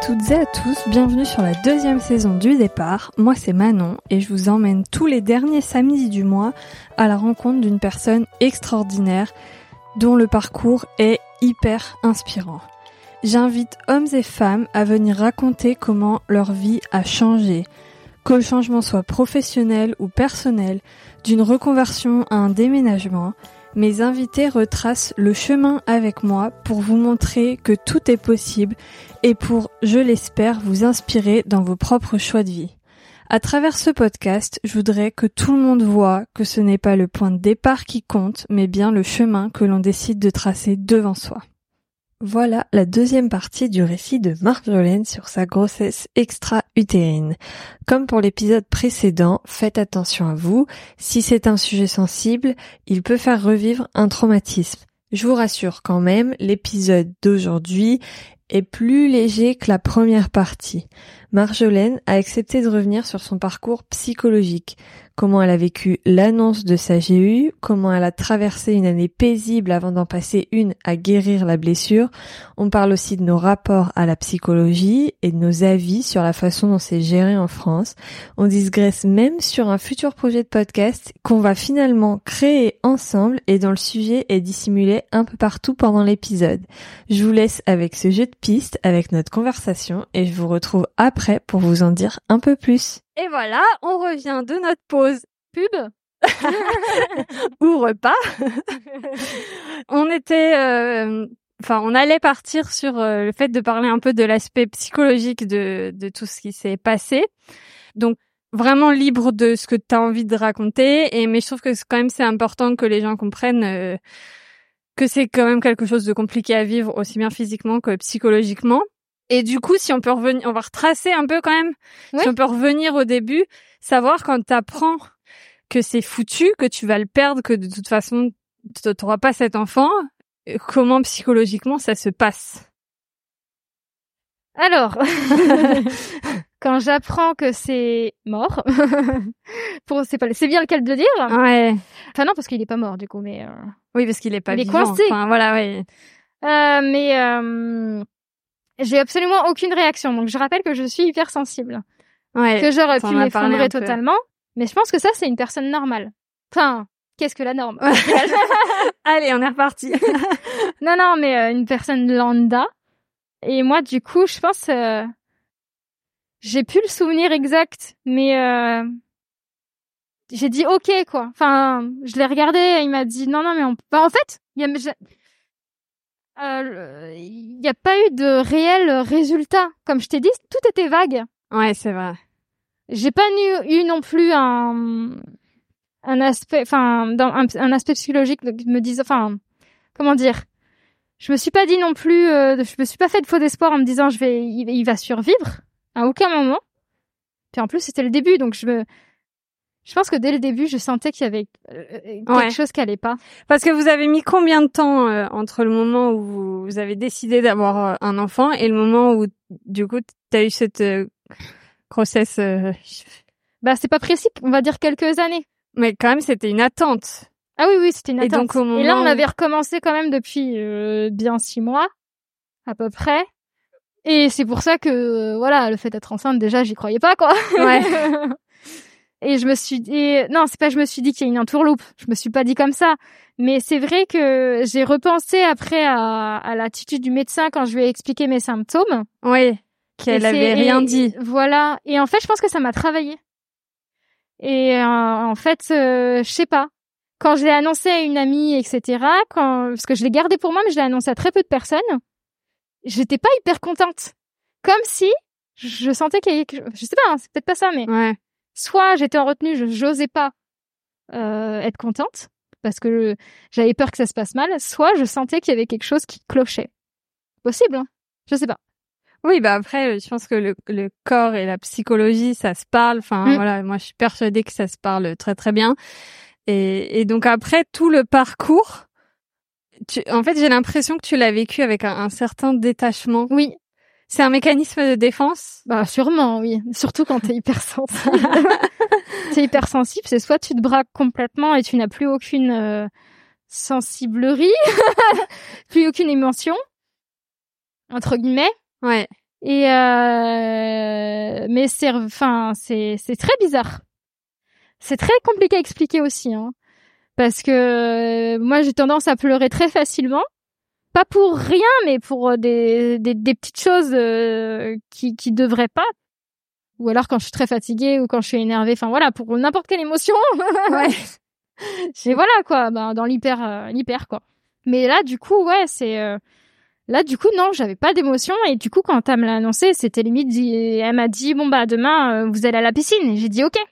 toutes et à tous, bienvenue sur la 2e saison du Départ. Moi c'est Manon et je vous emmène tous les derniers samedis du mois à la rencontre d'une personne extraordinaire dont le parcours est hyper inspirant. J'invite hommes et femmes à venir raconter comment leur vie a changé, que le changement soit professionnel ou personnel, d'une reconversion à un déménagement. Mes invités retracent le chemin avec moi pour vous montrer que tout est possible et pour, je l'espère, vous inspirer dans vos propres choix de vie. À travers ce podcast, je voudrais que tout le monde voit que ce n'est pas le point de départ qui compte, mais bien le chemin que l'on décide de tracer devant soi. Voilà la 2e partie du récit de Marjolaine sur sa grossesse extra-utérine. Comme pour l'épisode précédent, faites attention à vous. Si c'est un sujet sensible, il peut faire revivre un traumatisme. Je vous rassure quand même, l'épisode d'aujourd'hui est plus léger que la première partie. Marjolaine a accepté de revenir sur son parcours psychologique, comment elle a vécu l'annonce de sa GU, comment elle a traversé une année paisible avant d'en passer une à guérir la blessure. On parle aussi de nos rapports à la psychologie et de nos avis sur la façon dont c'est géré en France. On digresse même sur un futur projet de podcast qu'on va finalement créer ensemble et dont le sujet est dissimulé un peu partout pendant l'épisode. Je vous laisse avec ce jeu de pistes, avec notre conversation et je vous retrouve après pour vous en dire un peu plus. Et voilà, on revient de notre pause pub ou repas. On était, on allait partir sur le fait de parler un peu de l'aspect psychologique de tout ce qui s'est passé. Donc vraiment libre de ce que tu as envie de raconter. Mais je trouve que c'est important que les gens comprennent que c'est quand même quelque chose de compliqué à vivre aussi bien physiquement que psychologiquement. Et du coup, si on peut revenir, on va retracer un peu quand même. Oui. Si on peut revenir au début, savoir quand t'apprends que c'est foutu, que tu vas le perdre, que de toute façon, t'auras pas cet enfant, comment psychologiquement ça se passe? Alors, quand j'apprends que c'est mort, c'est bien le cas de le dire. Ouais. Enfin non, parce qu'il est pas mort du coup, mais oui, parce qu'il est pas vivant. Il est coincé. Enfin voilà, oui. J'ai absolument aucune réaction. Donc, je rappelle que je suis hypersensible. Ouais. Que j'aurais pu m'effondrer totalement. Mais je pense que ça, c'est une personne normale. Enfin, qu'est-ce que la norme? Allez, on est reparti. Non, mais une personne lambda. Et moi, du coup, je pense... j'ai plus le souvenir exact. Mais j'ai dit OK, quoi. Enfin, je l'ai regardé et il m'a dit non, mais en fait, il y a pas eu de réel résultat. Comme je t'ai dit, tout était vague. Ouais, c'est vrai. J'ai pas eu non plus un aspect, un aspect psychologique qui me dise, comment dire. Je me suis pas dit non plus, je me suis pas fait de faux espoir en me disant il va survivre. À aucun moment. Puis en plus, c'était le début, donc je pense que dès le début, je sentais qu'il y avait quelque chose qui allait pas. Parce que vous avez mis combien de temps entre le moment où vous avez décidé d'avoir un enfant et le moment où, du coup, t'as eu cette grossesse c'est pas précis, on va dire quelques années. Mais quand même, c'était une attente. Ah oui, c'était une attente. Et donc, au moment et là, on avait recommencé quand même depuis bien 6 mois, à peu près. Et c'est pour ça que, le fait d'être enceinte, déjà, j'y croyais pas, quoi. Ouais. Et je me suis dit, non, c'est pas je me suis dit qu'il y a une entourloupe. Je me suis pas dit comme ça. Mais c'est vrai que j'ai repensé après à l'attitude du médecin quand je lui ai expliqué mes symptômes. Oui. Qu'elle avait rien dit. Voilà. Et en fait, je pense que ça m'a travaillé. Et en fait, je sais pas. Quand je l'ai annoncé à une amie, etc., parce que je l'ai gardé pour moi, mais je l'ai annoncé à très peu de personnes, j'étais pas hyper contente. Comme si je sentais qu'il y avait quelque chose. Je sais pas, c'est peut-être pas ça, mais... Ouais. Soit j'étais en retenue, j'osais pas être contente parce que j'avais peur que ça se passe mal, soit je sentais qu'il y avait quelque chose qui clochait. Possible, hein? Je sais pas. Oui, après, je pense que le corps et la psychologie, ça se parle. Enfin, voilà, moi, je suis persuadée que ça se parle très, très bien. Et donc après, tout le parcours, en fait, j'ai l'impression que tu l'as vécu avec un certain détachement. Oui. C'est un mécanisme de défense? Sûrement, oui. Surtout quand t'es hypersensible. T'es hypersensible, c'est soit tu te braques complètement et tu n'as plus aucune sensiblerie, plus aucune émotion, entre guillemets. Ouais. Et mais c'est très bizarre. C'est très compliqué à expliquer aussi, hein, parce que moi j'ai tendance à pleurer très facilement, pas pour rien, mais pour des petites choses qui devraient pas. Ou alors quand je suis très fatiguée ou quand je suis énervée, enfin voilà, pour n'importe quelle émotion. Ouais. Et voilà quoi, dans l'hyper quoi. Mais là du coup là du coup non, j'avais pas d'émotion et du coup quand elle me l'a annoncé, c'était limite elle m'a dit bon bah demain vous allez à la piscine et j'ai dit OK.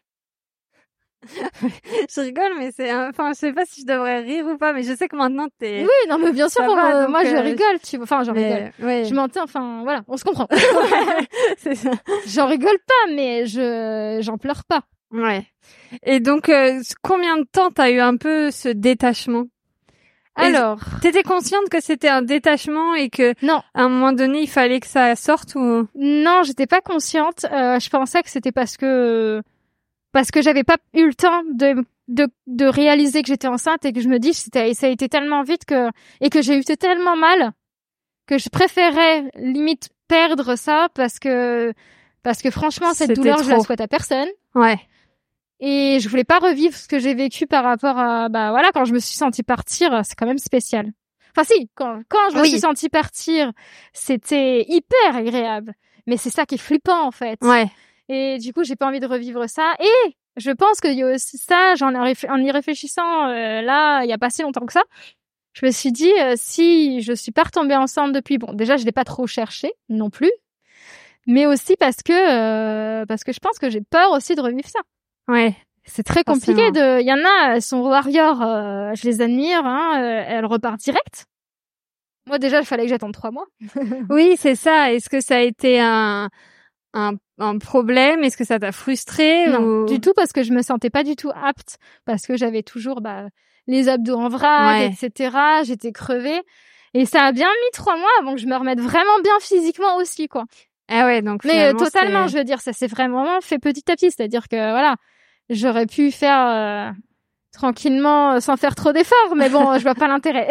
Je rigole, mais je sais pas si je devrais rire ou pas, mais je sais que maintenant t'es... Oui, non, mais bien sûr, moi je rigole, tu vois. Enfin, rigole. Ouais. Je m'entends, enfin, voilà, on se comprend. C'est ça. J'en rigole pas, mais j'en pleure pas. Ouais. Et donc, combien de temps t'as eu un peu ce détachement? Alors, t'étais consciente que c'était un détachement et que non, à un moment donné il fallait que ça sorte ou? Non, j'étais pas consciente. Je pensais que c'était parce que j'avais pas eu le temps de réaliser que j'étais enceinte et que je me dis ça a été tellement vite que j'ai eu tellement mal que je préférais limite perdre ça parce que franchement cette douleur je la souhaite à personne. Ouais. Et je voulais pas revivre ce que j'ai vécu par rapport à voilà, quand je me suis sentie partir, c'est quand même spécial. Enfin si, quand je me suis sentie partir, c'était hyper agréable, mais c'est ça qui est flippant en fait. Ouais. Et du coup, j'ai pas envie de revivre ça. Et je pense qu'il y a aussi ça, en y réfléchissant là, il y a pas si longtemps que ça, je me suis dit si je suis pas retombée enceinte depuis, bon, déjà je l'ai pas trop cherché non plus, mais aussi parce que je pense que j'ai peur aussi de revivre ça. Ouais. C'est très compliqué il y en a, elles sont warriors, je les admire, hein, elles repartent direct. Moi déjà, il fallait que j'attende 3 mois. Oui, c'est ça. Est-ce que ça a été un problème? Est-ce que ça t'a frustré? Non, du tout, parce que je me sentais pas du tout apte, parce que j'avais toujours les abdos en vrac, etc. J'étais crevée. Et ça a bien mis 3 mois avant que je me remette vraiment bien physiquement aussi, quoi. Ah ouais, donc mais totalement, je veux dire, ça s'est vraiment fait petit à petit. C'est-à-dire que, voilà, j'aurais pu faire tranquillement sans faire trop d'efforts, mais bon, je vois pas l'intérêt.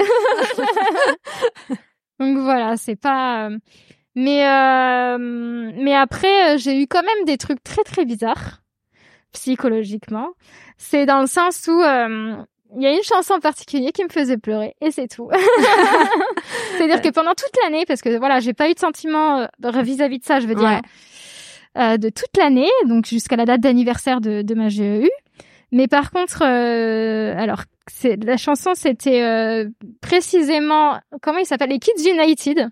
Donc voilà, c'est pas... Mais après, j'ai eu quand même des trucs très très bizarres psychologiquement. C'est dans le sens où il y a une chanson en particulier qui me faisait pleurer et c'est tout. C'est-à-dire que pendant toute l'année, parce que voilà, j'ai pas eu de sentiment vis-à-vis de ça, je veux dire, de toute l'année, donc jusqu'à la date d'anniversaire de ma GEU. Mais par contre, alors la chanson, c'était précisément, comment il s'appelle, les Kids United.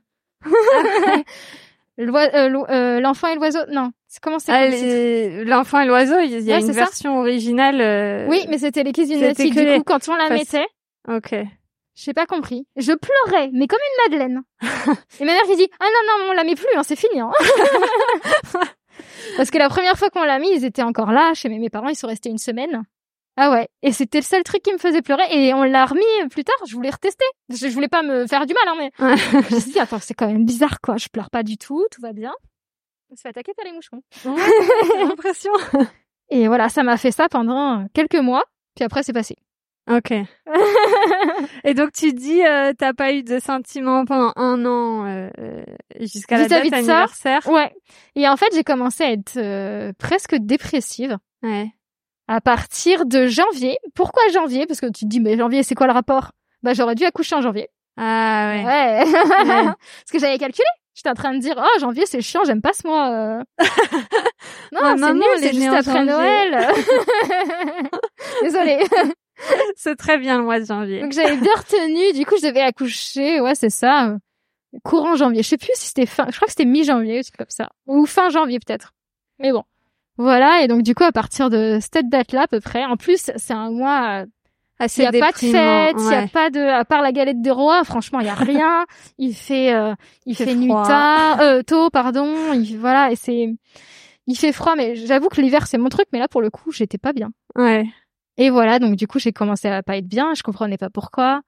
L'enfant et l'oiseau, non, comment c'est l'enfant et l'oiseau, il y a une version originale. Oui, mais c'était les Kids United. Du coup, quand on la mettait, ok, j'ai pas compris. Je pleurais, mais comme une madeleine. Et ma mère qui dit non, on la met plus, hein, c'est fini. Hein. Parce que la première fois qu'on l'a mis, ils étaient encore là. Chez mes parents, ils sont restés 1 semaine. Ah ouais, et c'était le seul truc qui me faisait pleurer. Et on l'a remis plus tard, je voulais retester. Je voulais pas me faire du mal, hein, mais je me suis dit, attends, c'est quand même bizarre, quoi. Je pleure pas du tout va bien. On se fait attaquer par les moucherons. J'ai l'impression. Et voilà, ça m'a fait ça pendant quelques mois, puis après c'est passé. Ok. Et donc tu dis, t'as pas eu de sentiments pendant 1 an jusqu'à la date d'anniversaire. Ouais. Et en fait, j'ai commencé à être presque dépressive. Ouais. À partir de janvier. Pourquoi janvier? Parce que tu te dis, mais janvier, c'est quoi le rapport? J'aurais dû accoucher en janvier. Ah ouais. Ouais. Parce que j'avais calculé. J'étais en train de dire, oh, janvier, c'est chiant, j'aime pas ce mois. Non, c'est nul, c'est juste après Noël. Désolée. C'est très bien le mois de janvier. Donc j'avais bien retenu, du coup je devais accoucher, ouais c'est ça, courant janvier. Je sais plus si c'était je crois que c'était mi-janvier, c'est comme ça. Ou fin janvier peut-être. Mais bon. Voilà, et donc du coup à partir de cette date-là à peu près, en plus c'est un mois assez il y a pas de fête, il y a pas de, à part la galette des rois, franchement il y a rien. Il fait nuit tôt, pardon. Voilà, et il fait froid, mais j'avoue que l'hiver c'est mon truc, mais là pour le coup j'étais pas bien. Ouais. Et voilà, donc du coup j'ai commencé à pas être bien, je comprenais pas pourquoi.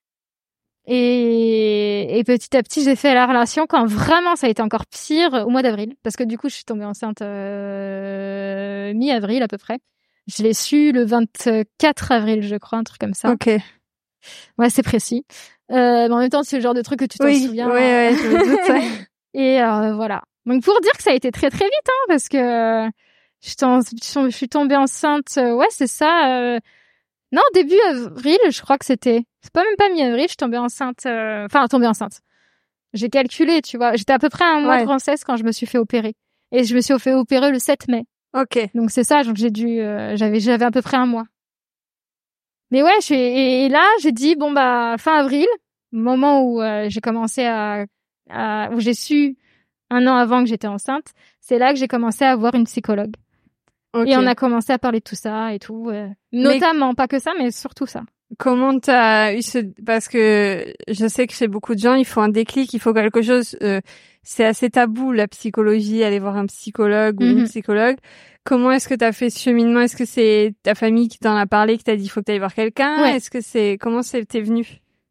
Et petit à petit j'ai fait la relation quand vraiment ça a été encore pire au mois d'avril, parce que du coup je suis tombée enceinte mi-avril à peu près. Je l'ai su le 24 avril, je crois, un truc comme ça. Ok. Ouais, c'est précis. Mais en même temps, c'est le genre de truc que tu t'en souviens. Ouais, je me doute. Et voilà. Donc pour dire que ça a été très très vite, hein, parce que je suis tombée enceinte, ouais, c'est ça. Non, début avril, je crois que c'était. C'est pas même pas mi-avril, je suis tombée enceinte. Tombée enceinte. J'ai calculé, tu vois. J'étais à peu près à un mois de grossesse quand je me suis fait opérer. Et je me suis fait opérer le 7 mai. Ok. Donc c'est ça, donc j'avais à peu près un mois. Mais ouais, et là, j'ai dit, bon, bah, fin avril, moment où j'ai commencé où j'ai su 1 an avant que j'étais enceinte, c'est là que j'ai commencé à voir une psychologue. Okay. Et on a commencé à parler de tout ça et tout. Notamment, pas que ça, mais surtout ça. Comment t'as eu parce que je sais que chez beaucoup de gens, il faut un déclic, il faut quelque chose, c'est assez tabou, la psychologie, aller voir un psychologue ou une psychologue. Comment est-ce que t'as fait ce cheminement? Est-ce que c'est ta famille qui t'en a parlé, qui t'a dit, il faut que t'ailles voir quelqu'un? Ouais. Est-ce que comment t'es venu?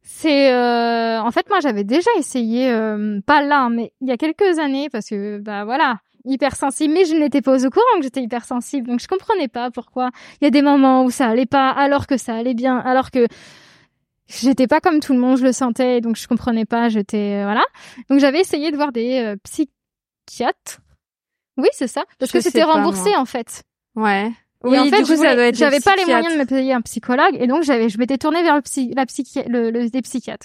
En fait, moi, j'avais déjà essayé, pas là, mais il y a quelques années, parce que, bah, voilà, hypersensible, mais je n'étais pas au courant que j'étais hypersensible, donc je comprenais pas pourquoi il y a des moments où ça allait pas, alors que ça allait bien, alors que j'étais pas comme tout le monde, je le sentais, donc je comprenais pas, voilà. Donc j'avais essayé de voir des psychiatres. Oui, c'est ça, parce que c'était remboursé en fait. Ouais. Et oui, en fait, j'avais pas les moyens de me payer un psychologue, et donc je m'étais tournée vers des psychiatres.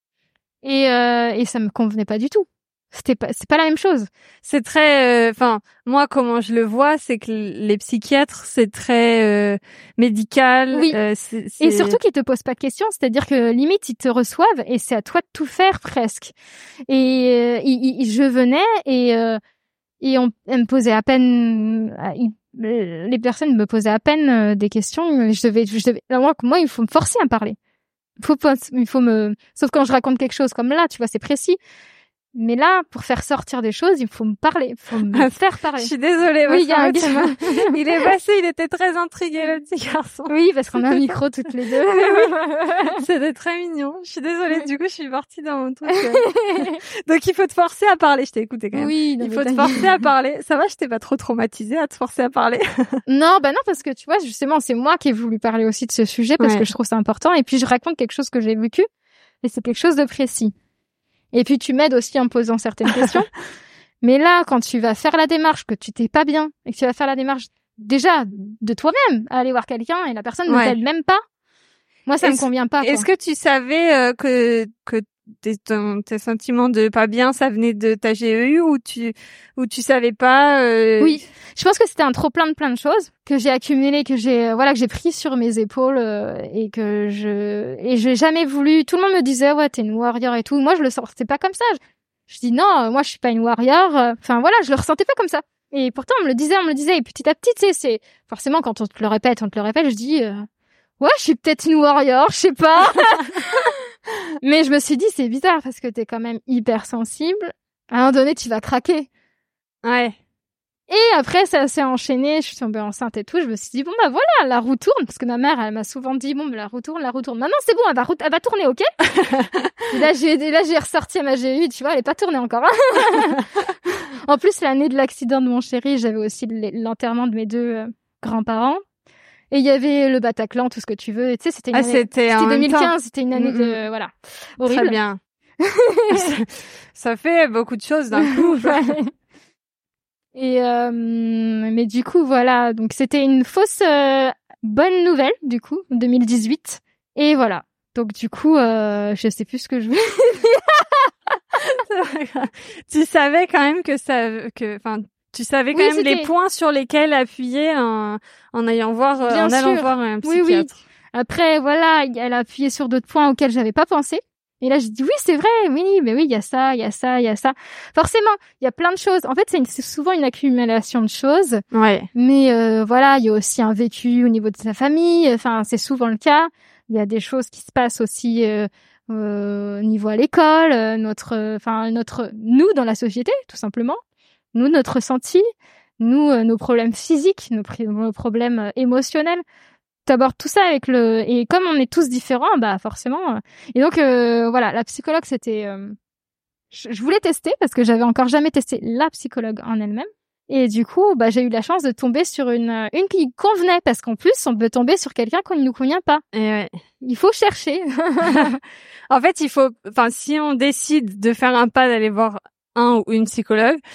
Et ça me convenait pas du tout. C'est pas la même chose. C'est très, moi, comment je le vois, c'est que les psychiatres, c'est très médical. Oui. Et surtout qu'ils te posent pas de questions, c'est-à-dire que limite ils te reçoivent et c'est à toi de tout faire presque. Et je venais et elle me posait à peine, les personnes me posaient à peine des questions. Je devais. Moi, il faut me forcer à parler. Sauf quand je raconte quelque chose comme là, tu vois, c'est précis. Mais là, pour faire sortir des choses, il faut me parler, il faut me faire parler. Je suis désolée. Oui, il y a un gamin. Il est passé, il était très intrigué, le petit garçon. Oui, parce qu'on a un micro toutes les deux. C'était très mignon. Je suis désolée, du coup, je suis partie dans mon truc. Donc, il faut te forcer à parler. Je t'ai écouté quand même. Oui, il faut te forcer à parler. Ça va, je t'ai pas trop traumatisée à te forcer à parler. Non, non, parce que tu vois, justement, c'est moi qui ai voulu parler aussi de ce sujet parce que je trouve ça important. Et puis, je raconte quelque chose que j'ai vécu et c'est quelque chose de précis. Et puis tu m'aides aussi en me posant certaines questions. Mais là, quand tu vas faire la démarche, que tu t'es pas bien, et que tu vas faire la démarche déjà de toi-même, à aller voir quelqu'un, et la personne ne t'aide même pas, moi ça me convient pas. Est-ce que tu savais que tes sentiments de pas bien, ça venait de ta GEU ou tu savais pas? Oui, je pense que c'était un trop plein de choses que j'ai accumulé, que j'ai pris sur mes épaules et que j'ai jamais voulu. Tout le monde me disait ouais t'es une warrior et tout. Moi je le sentais pas comme ça. Je dis non, moi je suis pas une warrior. Enfin voilà, je le ressentais pas comme ça. Et pourtant on me le disait. Et petit à petit, tu sais, c'est forcément quand on te le répète, je dis ouais je suis peut-être une warrior, je sais pas. Mais je me suis dit c'est bizarre parce que t'es quand même hyper sensible. À un moment donné tu vas craquer. Ouais. Et après, ça s'est enchaîné, je suis tombée enceinte et tout, je me suis dit, bon, bah voilà, la roue tourne, parce que ma mère, elle m'a souvent dit, bon, bah, la roue tourne. Maintenant, c'est bon, elle va tourner, ok? Et là, j'ai ressorti à ma GU, tu vois, elle est pas tournée encore. En plus, l'année de l'accident de mon chéri, j'avais aussi l'enterrement de mes 2 grands-parents. Et il y avait le Bataclan, tout ce que tu veux. Et tu sais, c'était une année, c'était 2015, c'était une année de, voilà. Horrible. Très bien. Ça fait beaucoup de choses d'un coup. Ouais. Et mais du coup voilà, donc c'était une fausse bonne nouvelle du coup 2018 et voilà. Donc du coup je sais plus ce que je voulais dire. Tu savais quand même tu savais quand même les points sur lesquels appuyer en allant voir un psychiatre. Oui. Après voilà, elle a appuyé sur d'autres points auxquels j'avais pas pensé. Et là, je dis oui, c'est vrai, oui, mais oui, il y a ça. Forcément, il y a plein de choses. En fait, c'est souvent une accumulation de choses. Ouais. Mais voilà, il y a aussi un vécu au niveau de sa famille. Enfin, c'est souvent le cas. Il y a des choses qui se passent aussi au niveau à l'école, nous dans la société, tout simplement. Nous, notre ressenti, nos problèmes physiques, nos problèmes émotionnels. T'abordes tout ça et comme on est tous différents, bah forcément. Et donc voilà, la psychologue c'était, je voulais tester parce que j'avais encore jamais testé la psychologue en elle-même. Et du coup, bah j'ai eu la chance de tomber sur une qui convenait parce qu'en plus on peut tomber sur quelqu'un qui ne nous convient pas. Et ouais. Il faut chercher. En fait, si on décide de faire un pas d'aller voir un ou une psychologue,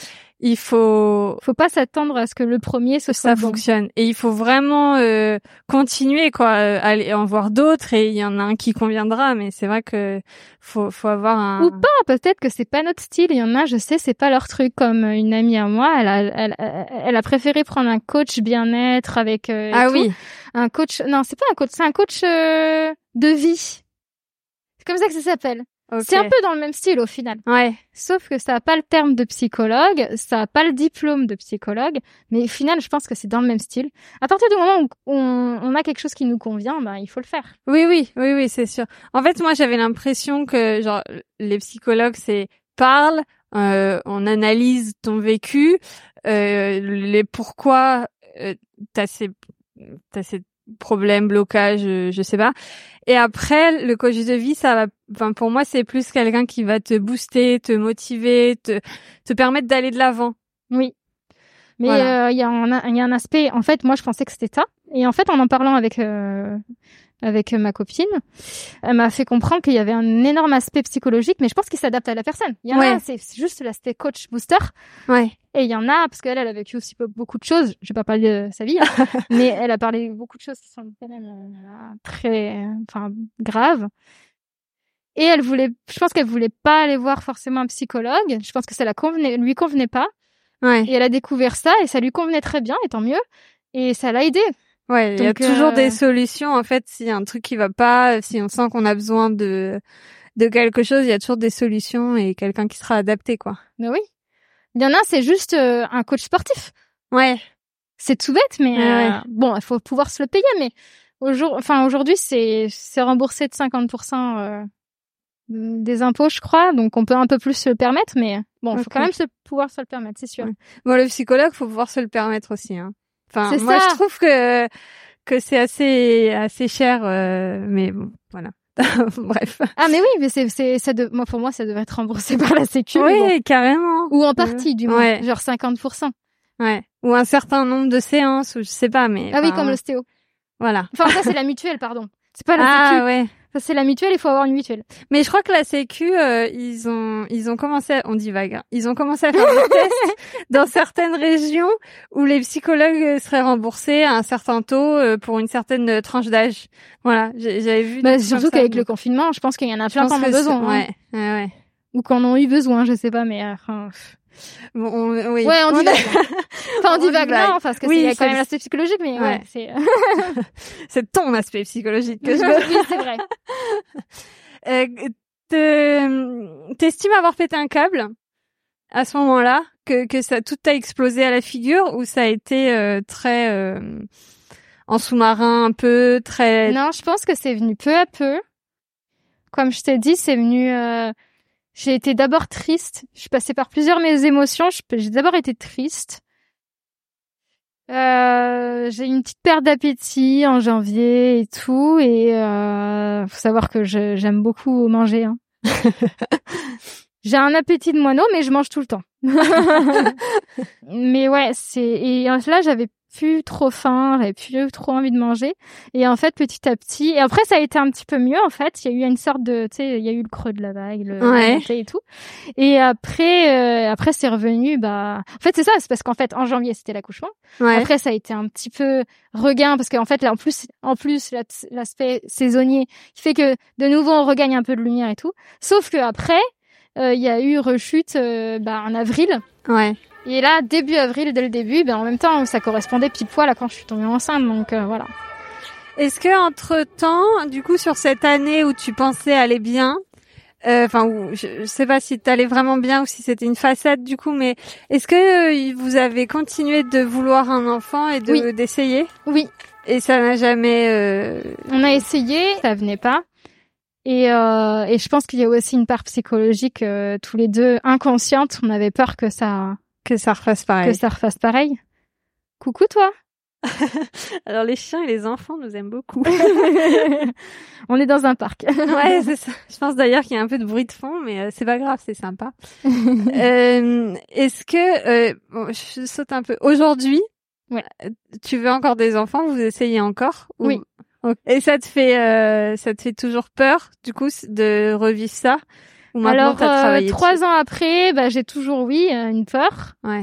il faut pas s'attendre à ce que le premier soit ça bon. fonctionne. Et il faut vraiment continuer, quoi, aller en voir d'autres, et il y en a un qui conviendra, mais c'est vrai que faut avoir un... Ou pas, peut-être que c'est pas notre style. Il y en a, je sais, c'est pas leur truc. Comme une amie à moi, elle a préféré prendre un coach bien-être avec oui, un coach. Non, c'est pas un coach, c'est un coach de vie. C'est comme ça que ça s'appelle. okay. C'est un peu dans le même style au final. Ouais. Sauf que ça a pas le terme de psychologue, ça a pas le diplôme de psychologue, mais au final, je pense que c'est dans le même style. À partir du moment où on a quelque chose qui nous convient, ben il faut le faire. Oui, c'est sûr. En fait, moi, j'avais l'impression que genre les psychologues, c'est parle, on analyse ton vécu, les pourquoi t'as ces problèmes, blocages, je sais pas. Et après, le coach de vie, ça va, enfin, pour moi, c'est plus quelqu'un qui va te booster, te motiver, te permettre d'aller de l'avant. Oui. Mais Voilà. il y a un aspect, en fait, moi je pensais que c'était ça. Et en fait, en parlant avec ma copine, elle m'a fait comprendre qu'il y avait un énorme aspect psychologique, mais je pense qu'il s'adapte à la personne. Il y en a, c'est juste l'aspect coach booster. Ouais. Et il y en a, parce qu'elle a vécu aussi beaucoup de choses. Je vais pas parler de sa vie, hein, mais elle a parlé de beaucoup de choses qui sont quand même très, graves. Et je pense qu'elle voulait pas aller voir forcément un psychologue. Je pense que ça lui convenait pas. Ouais. Et elle a découvert ça et ça lui convenait très bien, et tant mieux. Et ça l'a aidé. Ouais, il y a toujours des solutions, en fait. S'il y a un truc qui va pas, si on sent qu'on a besoin de quelque chose, il y a toujours des solutions et quelqu'un qui sera adapté, quoi. Mais oui. Il y en a, c'est juste un coach sportif. Ouais. C'est tout bête, mais bon, il faut pouvoir se le payer. Mais aujourd'hui, c'est remboursé de 50% des impôts, je crois. Donc, on peut un peu plus se le permettre, mais bon, il faut quand même pouvoir se le permettre, c'est sûr. Ouais. Bon, le psychologue, faut pouvoir se le permettre aussi, hein. Enfin, c'est moi, ça. je trouve que c'est assez cher, mais bon, voilà. Bref. Ah, mais oui, mais moi, pour moi, ça devrait être remboursé par la Sécu. Oui, bon. carrément. Ou en partie, du moins. Genre 50%. Ouais. Ou un certain nombre de séances, ou je sais pas, mais. Ah oui, comme l'ostéo. Voilà. Enfin, ça, c'est la mutuelle, pardon. C'est pas la Sécu. Ah, ouais. Ça, c'est la mutuelle, il faut avoir une mutuelle. Mais je crois que la Sécu, ils ont commencé, on divague, hein. Ils ont commencé à faire des tests dans certaines régions où les psychologues seraient remboursés à un certain taux pour une certaine tranche d'âge. Voilà, j'avais vu. Surtout qu'avec le confinement, je pense qu'il y en a plein qui en ont besoin. Ouais, hein. ouais. Ou qui en ont eu besoin, je sais pas, mais bon, oui. Ouais, on divague. Enfin, on divague, non, parce que il y a quand même l'aspect psychologique, mais ouais c'est... c'est ton aspect psychologique que je veux. Oui, c'est vrai. T'estimes avoir pété un câble à ce moment-là, que ça tout a explosé à la figure, ou ça a été très en sous-marin un peu, très... Non, je pense que c'est venu peu à peu. Comme je t'ai dit, c'est venu... J'ai été d'abord triste. Je suis passée par plusieurs mes émotions. J'ai d'abord été triste. J'ai eu une petite perte d'appétit en janvier et tout. Et faut savoir que j'aime beaucoup manger. Hein. J'ai un appétit de moineau, mais je mange tout le temps. Mais ouais, et là j'avais plus trop faim, j'avais plus trop envie de manger. Et en fait, petit à petit, et après ça a été un petit peu mieux en fait. Il y a eu une sorte de, tu sais, il y a eu le creux de la vague, le montée et tout. Et après c'est revenu. En fait c'est ça, c'est parce qu'en fait en janvier c'était l'accouchement. Ouais. Après ça a été un petit peu regain parce qu'en fait là en plus l'aspect saisonnier qui fait que de nouveau on regagne un peu de lumière et tout. Sauf que après il y a eu rechute en avril. Ouais. Et là, début avril, dès le début, en même temps, ça correspondait pile poil à quand je suis tombée enceinte, donc voilà. Est-ce que entre-temps, du coup, sur cette année où tu pensais aller bien, je sais pas si t'allais vraiment bien ou si c'était une façade du coup, mais est-ce que vous avez continué de vouloir un enfant et d'essayer ? Oui. Et ça n'a jamais... On a essayé, ça venait pas. Et je pense qu'il y a aussi une part psychologique, tous les deux inconsciente. On avait peur que ça refasse pareil. Coucou toi. Alors les chiens et les enfants nous aiment beaucoup. On est dans un parc. Ouais, c'est ça. Je pense d'ailleurs qu'il y a un peu de bruit de fond, mais c'est pas grave, c'est sympa. Est-ce que je saute un peu. Aujourd'hui, tu veux encore des enfants ? Vous essayez encore ? Oui. Et ça te fait toujours peur, du coup, de revivre ça ? Ou maintenant, alors, t'as travaillé 3 ans après, j'ai toujours une peur. Ouais.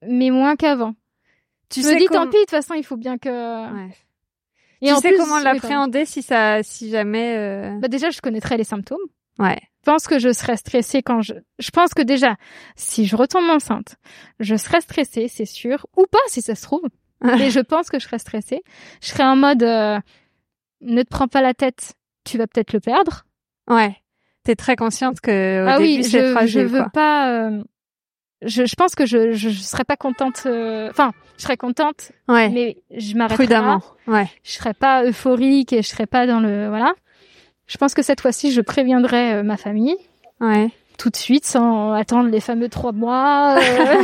mais moins qu'avant. Tu je me dis, tant pis, de toute façon, il faut bien que... Ouais. Et tu en sais plus, comment l'appréhender si jamais... Bah déjà, je connaîtrais les symptômes. Ouais. Je pense que je serais stressée quand je pense que déjà, si je retombe enceinte, je serais stressée, c'est sûr. Ou pas, si ça se trouve. Mais je pense que je serais stressée. Je serais en mode, ne te prends pas la tête, tu vas peut-être le perdre. Ouais. T'es très consciente que au début, c'est fragile, je veux pas, je pense que je serais pas contente, enfin, je serais contente. Ouais. Mais je m'arrêterais. Prudemment. Ouais. Je serais pas euphorique et je serais pas dans le, voilà. Je pense que cette fois-ci, je préviendrai ma famille. Ouais. Tout de suite, sans attendre les fameux 3 mois.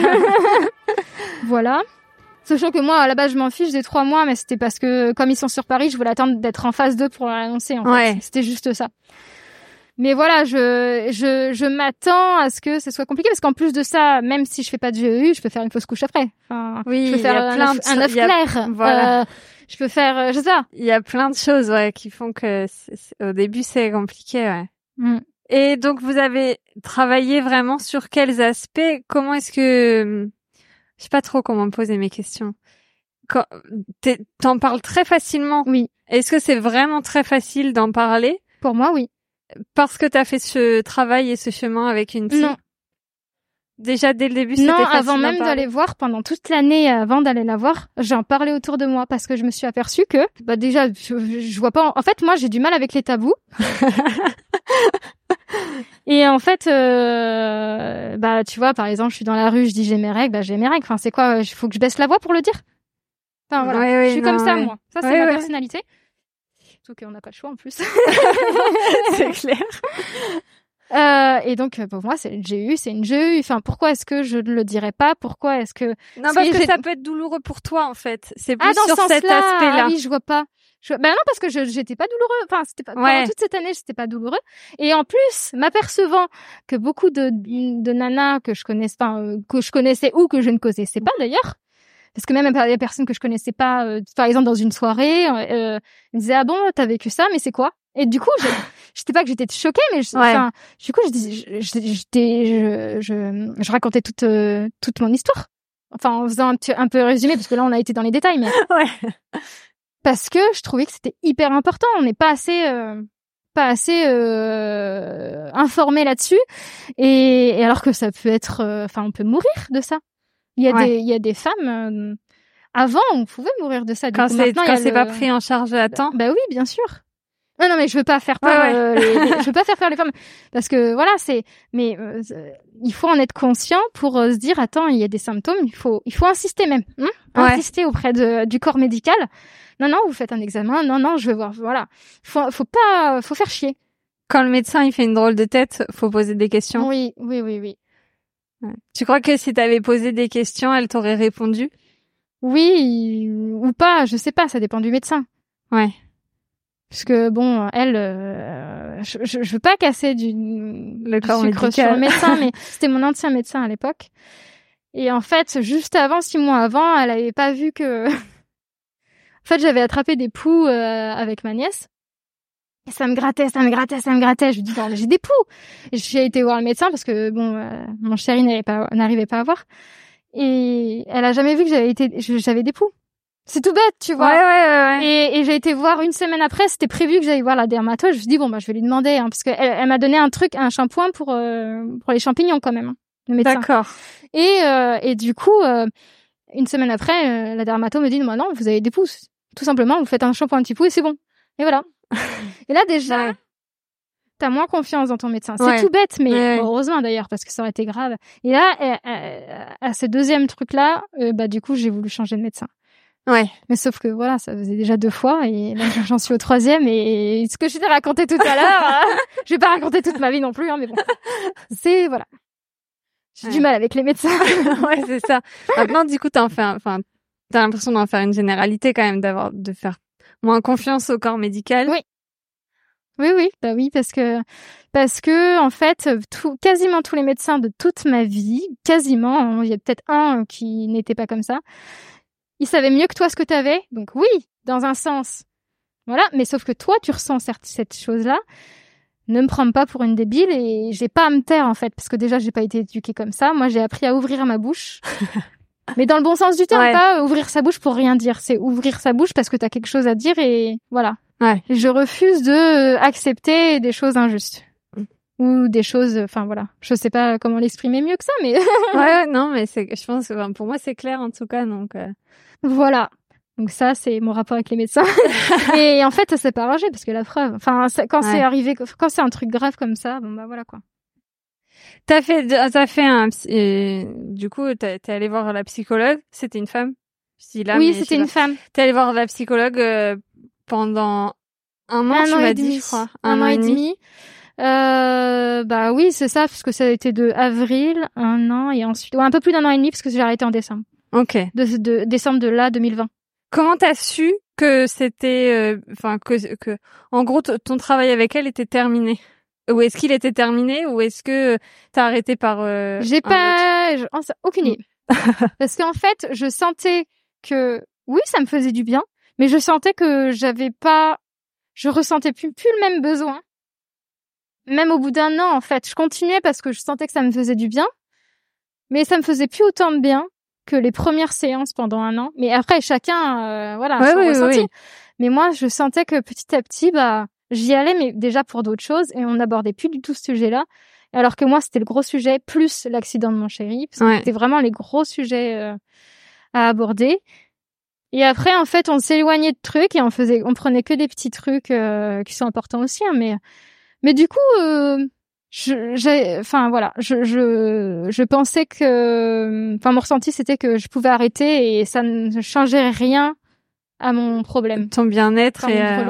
Voilà. Sachant que moi, à la base, je m'en fiche des 3 mois, mais c'était parce que, comme ils sont sur Paris, je voulais attendre d'être en phase 2 pour l'annoncer, en fait. C'était juste ça. Mais voilà, je m'attends à ce que ce soit compliqué, parce qu'en plus de ça, même si je fais pas de GEU, je peux faire une fausse couche après. Enfin, oui, je peux faire un œuf clair. Voilà. Je peux faire, je sais pas. Il y a plein de choses, ouais, qui font que au début, c'est compliqué, ouais. Mm. Et donc, vous avez travaillé vraiment sur quels aspects? Comment est-ce que... Je sais pas trop comment poser mes questions. T'en parles très facilement. Oui. Est-ce que c'est vraiment très facile d'en parler? Pour moi, oui. Parce que t'as fait ce travail et ce chemin avec une psy? Non. Déjà, dès le début, c'était non, facile avant même d'aller voir, pendant toute l'année avant d'aller la voir, j'en parlais autour de moi parce que je me suis aperçue que, bah déjà, je vois pas. En fait, moi, j'ai du mal avec les tabous. Et en fait, bah tu vois, par exemple, je suis dans la rue, je dis j'ai mes règles, bah j'ai mes règles. Enfin, c'est quoi? Il faut que je baisse la voix pour le dire. Enfin voilà, ouais, je suis comme ça, moi. Ça, c'est ma personnalité. Surtout qu'on n'a pas le choix en plus. C'est clair. Et donc pour moi c'est une GEU, c'est une GEU. Enfin pourquoi est-ce que je ne le dirais pas? Pourquoi est-ce que non parce que ça peut être douloureux pour toi en fait. C'est plus dans sur ce cet sens-là, aspect-là. Ah oui, je vois pas. Ben non parce que j'étais pas douloureux. Enfin c'était pas pendant toute cette année, c'était pas douloureux. Et en plus, m'apercevant que beaucoup de nanas que je connaissais, que je connaissais ou que je ne connaissais pas d'ailleurs. Parce que même il y a des personnes que je connaissais pas, par exemple dans une soirée, ils me disaient ah bon t'as vécu ça mais c'est quoi? Et du coup j'étais pas que j'étais choquée mais du coup je racontais toute mon histoire. Enfin en faisant un peu résumé parce que là on a été dans les détails mais parce que je trouvais que c'était hyper important. On n'est pas assez informé là-dessus et alors que ça peut être on peut mourir de ça. Il y a des femmes avant on pouvait mourir de ça. Quand c'est pas pris en charge à temps. Bah oui, bien sûr. Non mais je veux pas faire peur je veux pas faire peur les femmes parce que voilà, mais il faut en être conscient pour se dire attends, il y a des symptômes, il faut insister même, insister auprès du corps médical. Non, vous faites un examen. Non, je veux voir. Voilà. Faut faire chier. Quand le médecin il fait une drôle de tête, faut poser des questions. Oui. Ouais. Tu crois que si t'avais posé des questions, elle t'aurait répondu? Oui, ou pas, je sais pas, ça dépend du médecin. Ouais. Parce que bon, elle, je veux pas casser du corps sucre médical sur le médecin, mais c'était mon ancien médecin à l'époque. Et en fait, juste avant, 6 mois avant, elle avait pas vu que... En fait, j'avais attrapé des poux avec ma nièce. Et ça me grattait. Je lui dis, non, j'ai des poux. Et j'ai été voir le médecin parce que, bon, mon chéri n'arrivait pas à voir. Et elle a jamais vu que j'avais des poux. C'est tout bête, tu vois. Ouais. Et j'ai été voir 1 semaine après, c'était prévu que j'aille voir la dermato. Je me suis dit, bon, bah, je vais lui demander, parce qu'elle m'a donné un shampoing pour les champignons quand même, le médecin. D'accord. Et du coup, 1 semaine après, la dermato me dit, non, vous avez des poux. Tout simplement, vous faites un shampoing anti-poux et c'est bon. Et voilà. Et là, déjà, t'as moins confiance dans ton médecin. C'est tout bête, mais heureusement d'ailleurs, parce que ça aurait été grave. Et là, à ce deuxième truc-là, bah, du coup, j'ai voulu changer de médecin. Ouais. Mais sauf que voilà, ça faisait déjà 2 fois et là, j'en suis au 3e et ce que je t'ai raconté tout à l'heure, je vais pas raconter toute ma vie non plus, mais bon. C'est, voilà. J'ai du mal avec les médecins. Ouais, c'est ça. Maintenant, du coup, t'as l'impression d'en faire une généralité quand même, de faire moins confiance au corps médical. Oui. Bah oui, parce que en fait, quasiment tous les médecins de toute ma vie, quasiment, il y a peut-être un qui n'était pas comme ça. Ils savaient mieux que toi ce que t'avais. Donc oui, dans un sens. Voilà, mais sauf que toi, tu ressens cette chose-là. Ne me prends pas pour une débile et j'ai pas à me taire en fait, parce que déjà j'ai pas été éduquée comme ça. Moi, j'ai appris à ouvrir ma bouche Mais dans le bon sens du terme, Ouais. pas ouvrir sa bouche pour rien dire. C'est ouvrir sa bouche parce que t'as quelque chose à dire et voilà. Ouais. Je refuse de accepter des choses injustes. Ou des choses, enfin voilà. Je sais pas comment l'exprimer mieux que ça, mais Ouais, non, mais je pense que enfin, pour moi c'est clair en tout cas, donc. voilà. Donc ça, c'est mon rapport avec les médecins. Et en fait, ça s'est pas arrangé parce que la preuve, enfin, quand c'est arrivé, quand c'est un truc grave comme ça, bon bah voilà quoi. T'as fait du coup, t'es allé voir la psychologue. C'était une femme. Oui, c'était une femme. T'es allé voir la psychologue pendant un an, tu m'as dit, je crois. Un an et demi. Bah oui, c'est ça, parce que ça a été de avril, un an, et ensuite, un peu plus d'1 an et demi, parce que j'ai arrêté en décembre. Ok. De décembre de là, 2020. Comment t'as su que c'était, que, en gros, ton travail avec elle était terminé? Ou est-ce qu'il était terminé, ou est-ce que t'as arrêté par aucune idée. Parce qu'en fait, je sentais que, oui, ça me faisait du bien, mais je sentais que je ressentais plus le même besoin. Même au bout d'un an, en fait, je continuais parce que je sentais que ça me faisait du bien, mais ça me faisait plus autant de bien que les premières séances pendant un an. Mais après, chacun, son ressenti. Oui. Mais moi, je sentais que petit à petit, j'y allais, mais déjà pour d'autres choses, et on n'abordait plus du tout ce sujet-là. Alors que moi, c'était le gros sujet, plus l'accident de mon chéri, parce que c'était vraiment les gros sujets à aborder. Et après, en fait, on s'éloignait de trucs et on prenait que des petits trucs qui sont importants aussi, hein, mais du coup, je pensais que, mon ressenti, c'était que je pouvais arrêter et ça ne changeait rien à mon problème. Ton bien-être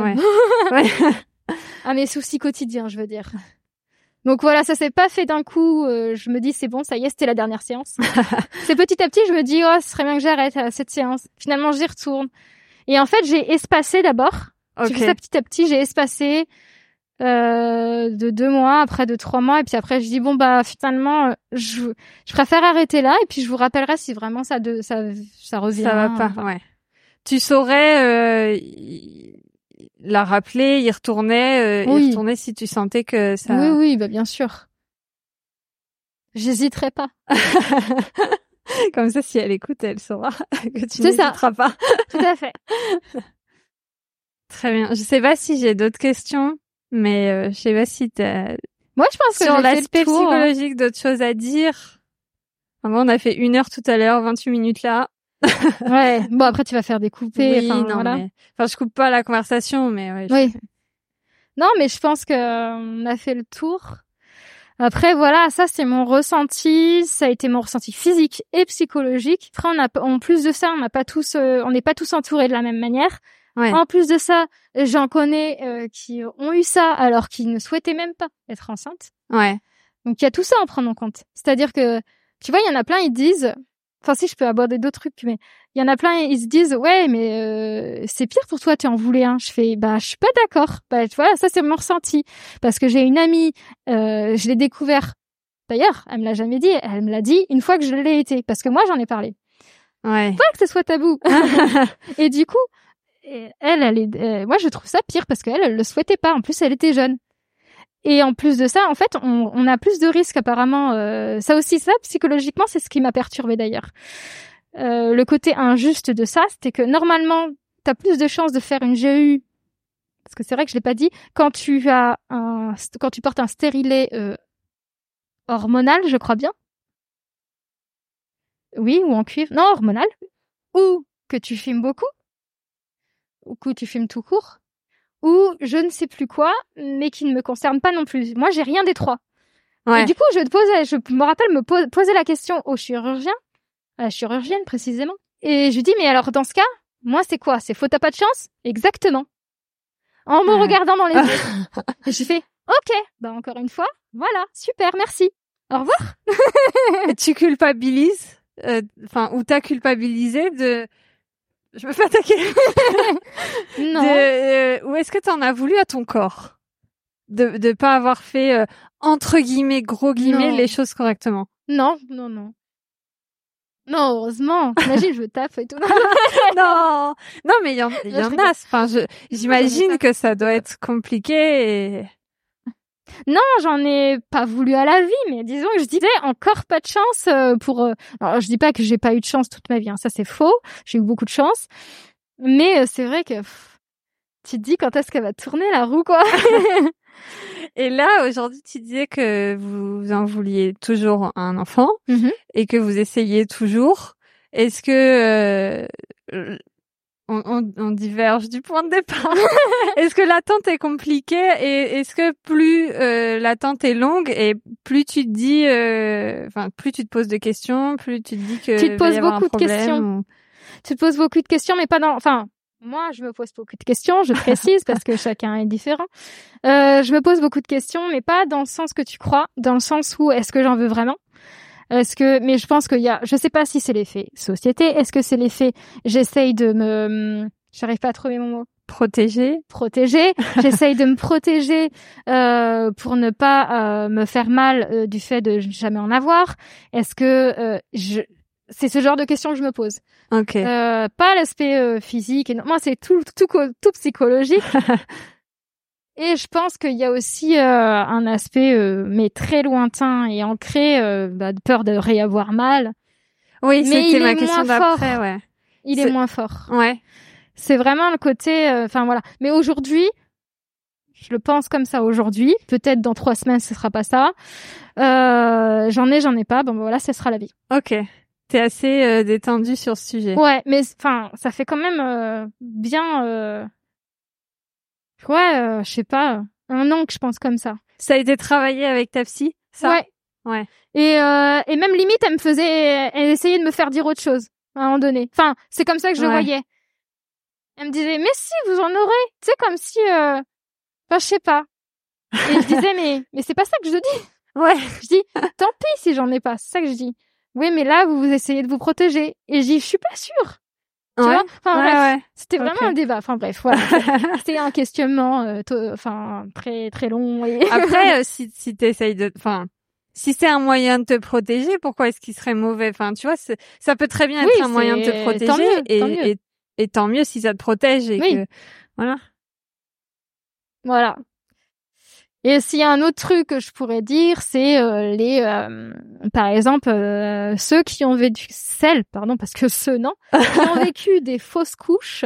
à mes soucis quotidiens, je veux dire. Donc voilà, ça s'est pas fait d'un coup. Je me dis c'est bon, ça y est, c'était la dernière séance. C'est petit à petit, je me dis ce serait bien que j'arrête à cette séance. Finalement, j'y retourne. Et en fait, j'ai espacé d'abord. J'ai fait ça petit à petit. J'ai espacé de 2 mois, après de 3 mois, et puis après je dis finalement, je préfère arrêter là, et puis je vous rappellerai si vraiment ça revient. Ça va pas. Ouais. Tu saurais la rappeler, y retourner si tu sentais que ça... Oui, bien sûr. J'hésiterai pas. Comme ça, si elle écoute, elle saura que tu n'hésiteras pas. Tout à fait. Très bien. Je sais pas si j'ai d'autres questions, mais je sais pas si t'as... Moi, je pense que sur l'aspect psychologique, d'autres choses à dire. Enfin, on a fait 1 heure tout à l'heure, 28 minutes là. Ouais. Bon, après, tu vas faire des coupés. Oui, je coupe pas la conversation, mais ouais. Oui. Non, mais je pense que on a fait le tour. Après, voilà, ça, c'est mon ressenti. Ça a été mon ressenti physique et psychologique. Après, en plus de ça, on n'est pas tous entourés de la même manière. Ouais. En plus de ça, j'en connais qui ont eu ça alors qu'ils ne souhaitaient même pas être enceintes. Ouais. Donc, il y a tout ça à prendre en compte. C'est-à-dire que, tu vois, il y en a plein, ils disent... Enfin, si, je peux aborder d'autres trucs, mais il y en a plein, ils se disent, ouais, mais c'est pire pour toi, tu en voulais un. Je fais, je suis pas d'accord. Tu vois, ça, c'est mon ressenti. Parce que j'ai une amie, je l'ai découvert. D'ailleurs, elle me l'a jamais dit. Elle me l'a dit une fois que je l'ai été. Parce que moi, j'en ai parlé. Ouais. Pas que ce soit tabou. Et du coup, moi, je trouve ça pire parce elle le souhaitait pas. En plus, elle était jeune. Et en plus de ça, en fait, on a plus de risques apparemment. Ça aussi, psychologiquement, c'est ce qui m'a perturbée d'ailleurs. Le côté injuste de ça, c'était que normalement, t'as plus de chances de faire une GU, parce que c'est vrai que je l'ai pas dit, quand tu portes un stérilet hormonal, je crois bien. Oui, ou en cuivre. Non, hormonal. Ou que tu fumes beaucoup. Ou que tu fumes tout court. Ou je ne sais plus quoi, mais qui ne me concerne pas non plus. Moi, j'ai rien des 3. Ouais. Et du coup, je me rappelle me poser la question au chirurgien, à la chirurgienne précisément. Et je lui dis, mais alors dans ce cas, moi, c'est quoi? C'est t'as pas de chance? Exactement. En me regardant dans les yeux. Et j'ai fait, ok, encore une fois, voilà, super, merci. Au revoir. Et tu culpabilises, ou t'as culpabilisé de... Je me fais attaquer. Non. Ou est-ce que t'en as voulu à ton corps de pas avoir fait entre guillemets, gros guillemets, les choses correctement? Non. Non, heureusement. Imagine, je tape et tout. Non, mais il y en a. Enfin, j'imagine que ça doit être compliqué. Non, j'en ai pas voulu à la vie, mais disons que je disais encore pas de chance pour... Alors, je dis pas que j'ai pas eu de chance toute ma vie, hein, ça c'est faux, j'ai eu beaucoup de chance, mais c'est vrai que tu te dis quand est-ce qu'elle va tourner la roue, quoi. Et là, aujourd'hui, tu disais que vous en vouliez toujours un enfant et que vous essayiez toujours. Est-ce que on diverge du point de départ? Est-ce que l'attente est compliquée et est-ce que plus l'attente est longue et plus tu te dis, plus tu te poses de questions, plus tu te dis que tu te poses beaucoup de questions. Ou... Tu te poses beaucoup de questions, mais pas dans... Enfin, moi, je me pose beaucoup de questions, je précise, parce que chacun est différent. Je me pose beaucoup de questions, mais pas dans le sens que tu crois, dans le sens où est-ce que j'en veux vraiment? Mais je pense qu'il y a, je sais pas si c'est l'effet société, est-ce que c'est l'effet, j'essaye de j'arrive pas à trouver mon mot. Protéger. J'essaye de me protéger, pour ne pas, me faire mal, du fait de jamais en avoir. Est-ce que, c'est ce genre de questions que je me pose. Ok. Pas l'aspect, physique et non, moi c'est tout psychologique. Et je pense qu'il y a aussi un aspect mais très lointain et ancré de peur de réavoir mal. Oui, mais c'était ma question d'après, ouais. Il est moins fort. Ouais. C'est vraiment le côté voilà. Mais aujourd'hui, je le pense comme ça aujourd'hui, peut-être dans 3 semaines ce sera pas ça. J'en ai pas. Bon voilà, ce sera la vie. OK. T'es assez détendue sur ce sujet. Ouais, mais ça fait quand même bien je sais pas, 1 an que je pense comme ça. Ça a été travaillé avec ta psy, ça? Ouais. Et même limite, elle essayait de me faire dire autre chose à un moment donné. Enfin, c'est comme ça que je le voyais. Elle me disait, mais si, vous en aurez. Tu sais, comme si, je sais pas. Et je disais, mais c'est pas ça que je dis. Ouais. Je dis, tant pis si j'en ai pas. C'est ça que je dis. Oui, mais là, vous essayez de vous protéger. Et je dis, je suis pas sûre. Tu vois? Bref, c'était vraiment un débat. Enfin bref, voilà. C'était un questionnement, très très long. Et... Après, si t'essayes si c'est un moyen de te protéger, pourquoi est-ce qu'il serait mauvais? Enfin, tu vois, ça peut très bien être un moyen de te protéger. Tant mieux. Et tant mieux si ça te protège et que voilà. Et s'il y a un autre truc que je pourrais dire, c'est par exemple ceux qui ont vécu qui ont vécu des fausses couches.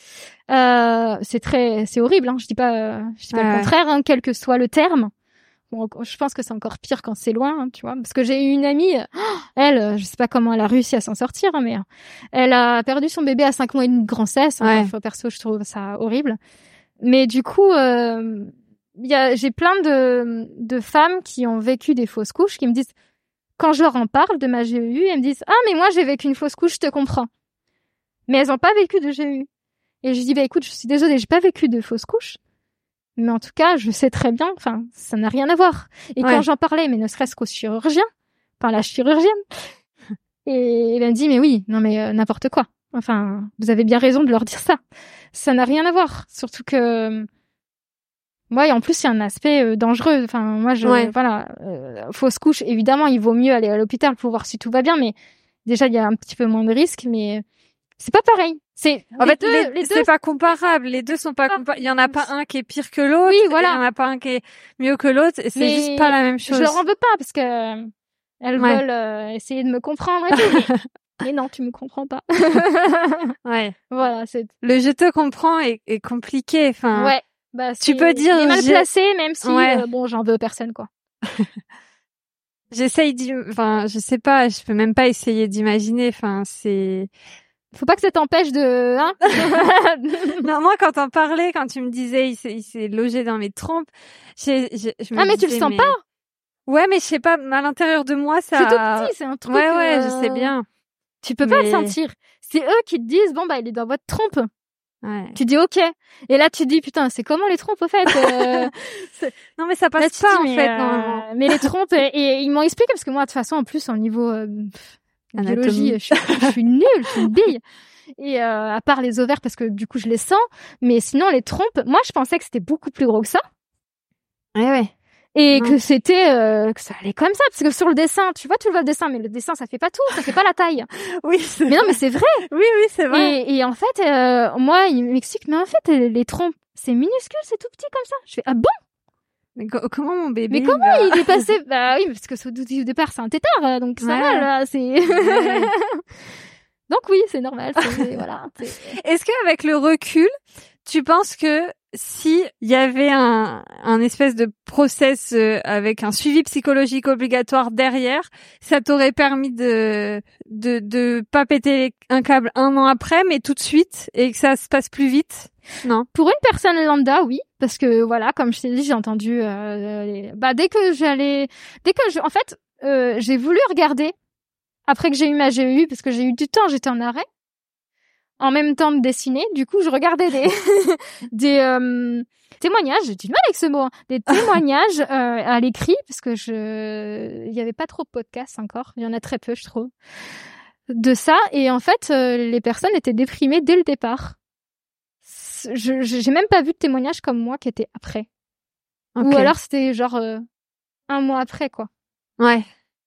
C'est horrible, hein. Je dis pas le contraire, hein, quel que soit le terme. Bon, je pense que c'est encore pire quand c'est loin, hein, tu vois, parce que j'ai eu une amie, elle, je sais pas comment elle a réussi à s'en sortir, hein, mais elle a perdu son bébé à 5 mois et demi de grossesse. Perso, je trouve ça horrible. Mais du coup, j'ai plein de femmes qui ont vécu des fausses couches qui me disent, quand je leur en parle de ma GEU, elles me disent, ah, mais moi, j'ai vécu une fausse couche, je te comprends. Mais elles ont pas vécu de GEU. Et je dis, écoute, je suis désolée, j'ai pas vécu de fausse couche. Mais en tout cas, je sais très bien, ça n'a rien à voir. Et quand j'en parlais, mais ne serait-ce qu'au chirurgien, la chirurgienne, et elle me dit, mais oui, non, mais n'importe quoi. Vous avez bien raison de leur dire ça. Ça n'a rien à voir. Surtout que, et en plus, il y a un aspect dangereux. Fausse couche, évidemment, il vaut mieux aller à l'hôpital pour voir si tout va bien, mais déjà, il y a un petit peu moins de risques, mais c'est pas pareil. C'est pas comparable. Les deux sont pas comparables. Il y en a pas un qui est pire que l'autre. Oui, voilà. Il y en a pas un qui est mieux que l'autre. C'est juste pas la même chose. Je leur en veux pas parce que elles veulent essayer de me comprendre et tout. Mais non, tu me comprends pas. Voilà, c'est le je te comprends est compliqué. Tu peux dire il est mal placé, même si j'en veux personne, quoi. Je sais pas, je peux même pas essayer d'imaginer. Faut pas que ça t'empêche de, hein. Non, moi, quand t'en parlais, quand tu me disais, il s'est logé dans mes trompes, mais tu le sens pas? Ouais, mais je sais pas, à l'intérieur de moi, ça... C'est tout petit, c'est un truc... Ouais, je sais bien. Tu peux pas le sentir. C'est eux qui te disent, il est dans votre trompe. Ouais. Tu dis, ok. Et là, tu te dis, putain, c'est comment les trompes, au fait? Non, mais ça passe pas, en fait, normalement. Mais les trompes, et ils m'ont expliqué, parce que moi, de toute façon, en plus, au niveau... biologie, je suis nulle, je suis une bille. Et à part les ovaires, parce que du coup je les sens, mais sinon les trompes, moi je pensais que c'était beaucoup plus gros que ça. Ouais. Et que c'était que ça allait comme ça, parce que sur le dessin, tu vois le dessin, mais le dessin ça fait pas tout, ça fait pas la taille. Oui. Mais non, mais c'est vrai. Oui, c'est vrai. Et en fait, moi il m'explique, mais en fait les trompes c'est minuscule, c'est tout petit comme ça. Je fais ah bon? Mais comment mon bébé? Mais comment il est passé? Bah oui, parce que au départ c'est un tétard, donc ça va là, c'est. Ouais. Donc oui, c'est normal. Voilà. Est-ce qu'avec le recul, tu penses que si il y avait un espèce de process avec un suivi psychologique obligatoire derrière, ça t'aurait permis de pas péter un câble 1 an après, mais tout de suite, et que ça se passe plus vite? Non. Pour une personne lambda, oui, parce que voilà, comme je t'ai dit, j'ai entendu en fait, j'ai voulu regarder après que j'ai eu ma GEU, parce que j'ai eu du temps, j'étais en arrêt, en même temps de dessiner. Du coup, je regardais des témoignages. J'ai du mal avec ce mot, hein, des témoignages à l'écrit, parce que il y avait pas trop de podcasts encore. Il y en a très peu, je trouve, de ça. Et en fait, les personnes étaient déprimées dès le départ. J'ai même pas vu de témoignages comme moi qui étaient après. Okay. Ou alors c'était genre 1 mois après, quoi. Ouais.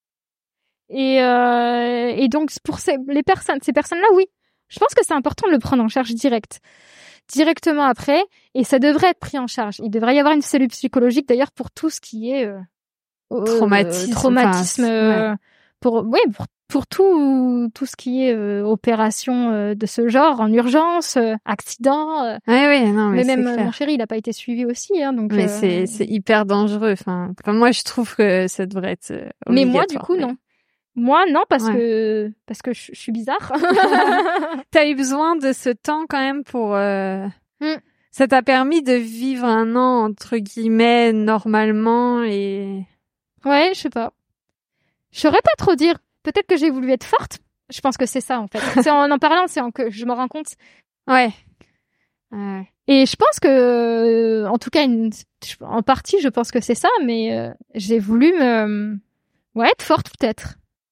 Et donc pour ces personnes-là, oui, je pense que c'est important de le prendre en charge directement après, et ça devrait être pris en charge. Il devrait y avoir une cellule psychologique d'ailleurs pour tout ce qui est traumatisme, ouais. pour tout ce qui est opération de ce genre en urgence, accident. Non, mais même clair. Mon chéri, il a pas été suivi aussi, hein, donc. Mais c'est hyper dangereux. Enfin, moi je trouve que ça devrait être obligatoire. Mais moi du coup non. Moi, non, parce que je suis bizarre. T'as eu besoin de ce temps quand même pour... Ça t'a permis de vivre 1 an, entre guillemets, normalement et... Ouais, je sais pas. Je saurais pas trop dire. Peut-être que j'ai voulu être forte. Je pense que c'est ça, en fait. C'est en parlant, que je me rends compte. Ouais. Et je pense que, en tout cas, en partie, je pense que c'est ça, mais j'ai voulu être forte, peut-être.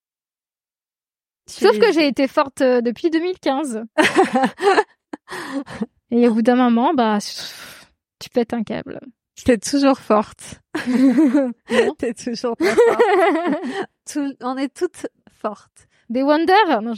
Sauf que j'ai été forte depuis 2015. Et au bout d'un moment, tu pètes un câble. T'es toujours forte. T'es toujours pas forte. On est toutes fortes. Des Wonder? Non,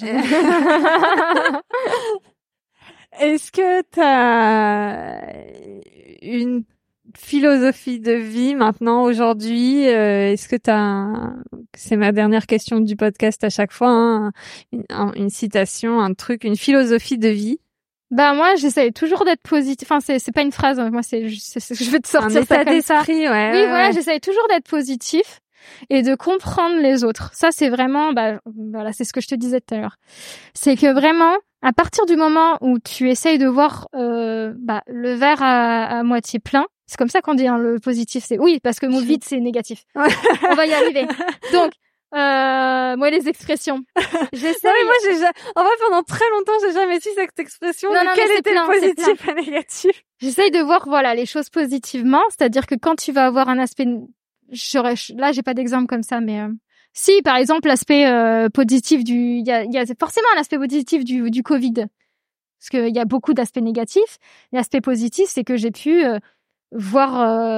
Est-ce que t'as une philosophie de vie maintenant aujourd'hui? Est-ce que c'est ma dernière question du podcast à chaque fois, hein, une citation, un truc, une philosophie de vie? Moi, j'essaye toujours d'être positif. Enfin, c'est pas une phrase. Moi, je vais te sortir un état d'esprit, ouais. Oui, voilà, j'essaye toujours d'être positif et de comprendre les autres. Ça, c'est vraiment, voilà, c'est ce que je te disais tout à l'heure. C'est que vraiment, à partir du moment où tu essayes de voir, le verre à moitié plein, c'est comme ça qu'on dit, hein, le positif, c'est oui, parce que mon vide, c'est négatif. On va y arriver. Donc, moi, les expressions. J'essaie. En fait, pendant très longtemps, j'ai jamais su cette expression. Quel était le positif et le négatif? J'essaye de voir, voilà, les choses positivement. C'est-à-dire que quand tu vas avoir un aspect, là, j'ai pas d'exemple comme ça, mais, si, par exemple, l'aspect, positif il y a forcément un aspect positif du Covid. Parce qu'il y a beaucoup d'aspects négatifs. L'aspect positif, c'est que j'ai pu, voir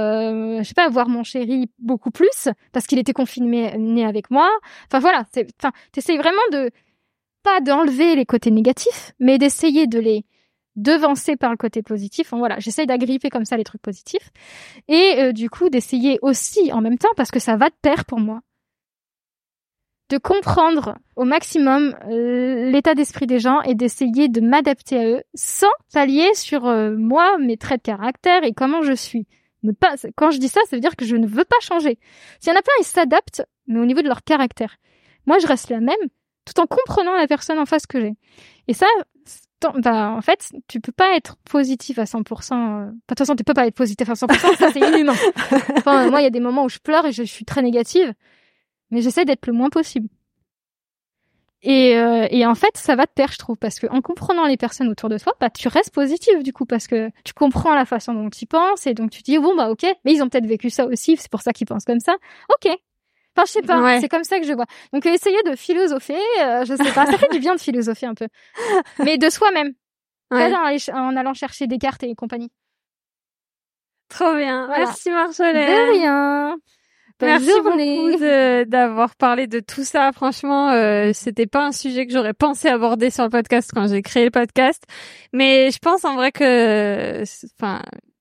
mon chéri beaucoup plus parce qu'il était confiné avec moi. Enfin voilà, t'essayes vraiment pas d'enlever les côtés négatifs, mais d'essayer de les devancer par le côté positif. Enfin, voilà, j'essaye d'agripper comme ça les trucs positifs et du coup d'essayer aussi en même temps, parce que ça va de pair pour moi, de comprendre au maximum l'état d'esprit des gens et d'essayer de m'adapter à eux sans pallier sur moi, mes traits de caractère et comment je suis. Quand je dis ça, ça veut dire que je ne veux pas changer. S'il y en a plein, ils s'adaptent, mais au niveau de leur caractère. Moi, je reste la même, tout en comprenant la personne en face que j'ai. Et ça, en fait, tu peux pas être positif à 100%. De toute façon, tu peux pas être positif à 100%, ça c'est inhumain. Enfin, moi, il y a des moments où je pleure et je suis très négative. Mais j'essaie d'être le moins possible. Et en fait, ça va de pair, je trouve, parce que en comprenant les personnes autour de toi, tu restes positif du coup, parce que tu comprends la façon dont ils pensent et donc tu dis ok, mais ils ont peut-être vécu ça aussi, c'est pour ça qu'ils pensent comme ça. Ok. Enfin, je sais pas, c'est comme ça que je vois. Donc essayer de philosopher, je sais pas, ça fait du bien de philosopher un peu, mais de soi-même, pas en allant chercher Descartes et compagnie. Trop bien. Voilà. Merci Marjolaine. De rien. Merci beaucoup d'avoir parlé de tout ça. Franchement, c'était pas un sujet que j'aurais pensé aborder sur le podcast quand j'ai créé le podcast. Mais je pense en vrai que,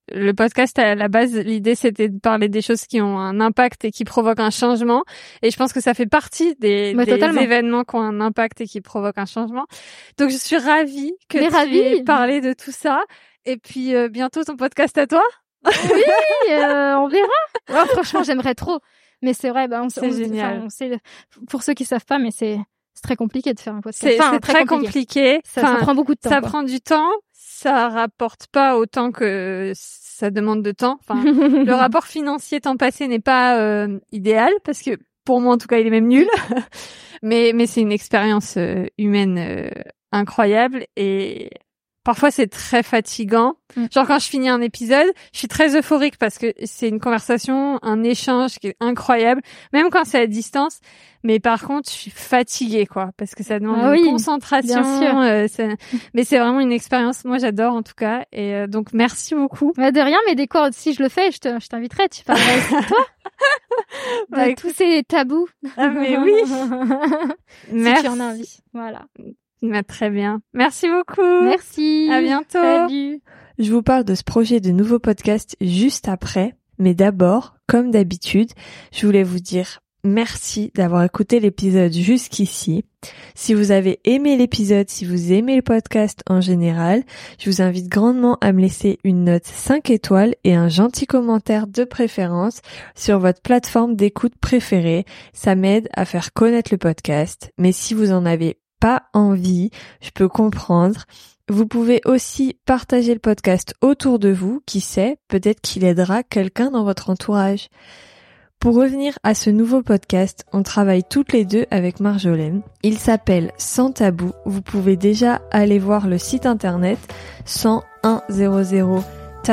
le podcast à la base, l'idée c'était de parler des choses qui ont un impact et qui provoquent un changement. Et je pense que ça fait partie des événements qui ont un impact et qui provoquent un changement. Donc je suis ravie que tu aies parlé de tout ça. Et puis bientôt ton podcast à toi. Oui, on verra. Ouais, franchement, j'aimerais trop. Mais c'est vrai, c'est génial. On sait, pour ceux qui savent pas, mais c'est très compliqué de faire un podcast. C'est très compliqué. Ça prend beaucoup de temps. Ça prend du temps. Ça rapporte pas autant que ça demande de temps. Enfin, le rapport financier temps passé n'est pas idéal parce que pour moi, en tout cas, il est même nul. mais c'est une expérience humaine incroyable et parfois c'est très fatigant. Genre quand je finis un épisode, je suis très euphorique parce que c'est une conversation, un échange qui est incroyable, même quand c'est à distance. Mais par contre, je suis fatiguée, quoi, parce que ça demande une concentration. Bien sûr. Mais c'est vraiment une expérience. Moi, j'adore en tout cas. Et donc, merci beaucoup. De rien, mais si je le fais, je t'inviterai. Tu parlerais de toi. De tous ces tabous. Ah mais oui. Merci. Si tu en as envie. Voilà. Très bien. Merci beaucoup. Merci. À bientôt. Salut. Je vous parle de ce projet de nouveau podcast juste après. Mais d'abord, comme d'habitude, je voulais vous dire merci d'avoir écouté l'épisode jusqu'ici. Si vous avez aimé l'épisode, si vous aimez le podcast en général, je vous invite grandement à me laisser une note 5 étoiles et un gentil commentaire de préférence sur votre plateforme d'écoute préférée. Ça m'aide à faire connaître le podcast. Mais si vous en avez pas envie, je peux comprendre. Vous pouvez aussi partager le podcast autour de vous. Qui sait, peut-être qu'il aidera quelqu'un dans votre entourage. Pour revenir à ce nouveau podcast, on travaille toutes les deux avec Marjolaine. Il s'appelle Sans Tabou. Vous pouvez déjà aller voir le site internet 100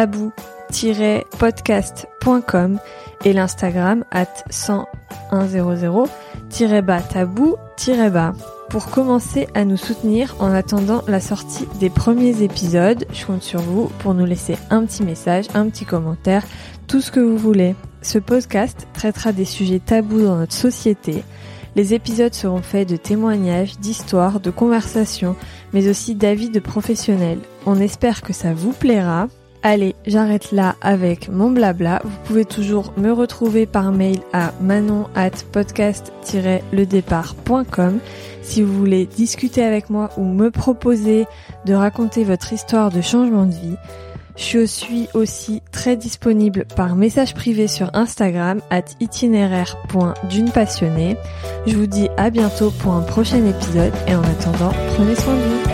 tabou-podcast.com et l'Instagram @100-tabou-. Pour commencer à nous soutenir en attendant la sortie des premiers épisodes, je compte sur vous pour nous laisser un petit message, un petit commentaire, tout ce que vous voulez. Ce podcast traitera des sujets tabous dans notre société. Les épisodes seront faits de témoignages, d'histoires, de conversations, mais aussi d'avis de professionnels. On espère que ça vous plaira. Allez, j'arrête là avec mon blabla. Vous pouvez toujours me retrouver par mail à manon@podcast-ledépart.com si vous voulez discuter avec moi ou me proposer de raconter votre histoire de changement de vie. Je suis aussi très disponible par message privé sur Instagram @itinéraire.dunepassionnée. Je vous dis à bientôt pour un prochain épisode et en attendant, prenez soin de vous.